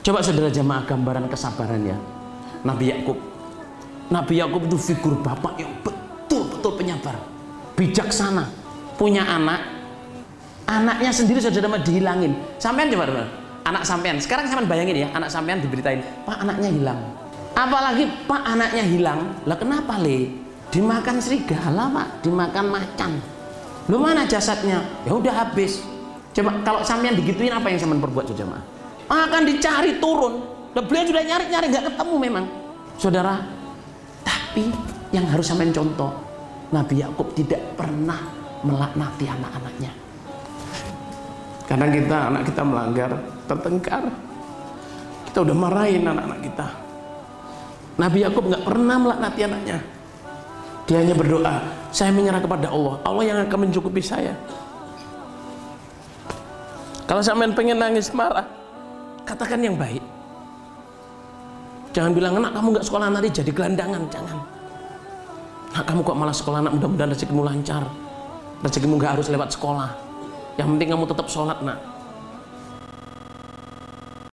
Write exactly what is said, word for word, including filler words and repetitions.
Coba saudara jamaah gambaran kesabarannya Nabi Yakub. Nabi Yakub itu figur bapak yang betul-betul penyabar, bijaksana, punya anak, anaknya sendiri saudara mah dihilangin. Sampean coba, coba anak sampean sekarang, sampean bayangin ya, anak sampean diberitain pak anaknya hilang. Apalagi pak anaknya hilang, lah kenapa le? Dimakan serigala pak, dimakan macan. Lu mana jasadnya? Ya udah habis. Coba kalau sampean digituin, apa yang sampean perbuat saudara? Akan dicari turun. Dan beliau sudah nyari-nyari nggak ketemu memang, saudara. Tapi yang harus sampean contoh, Nabi Yakub tidak pernah melaknati anak-anaknya. Kadang kita anak kita melanggar, tertengkar, kita udah marahin anak-anak kita. Nabi Yakub nggak pernah melaknati anaknya. Dia hanya berdoa, saya menyerah kepada Allah, Allah yang akan mencukupi saya. Kalau sampean pengen nangis marah, katakan yang baik. Jangan bilang, anak kamu nggak sekolah nanti jadi gelandangan, jangan. Nak kamu kok malah sekolah, nak mudah-mudahan rezekimu lancar, rezekimu nggak harus lewat sekolah. Yang penting kamu tetap sholat nak.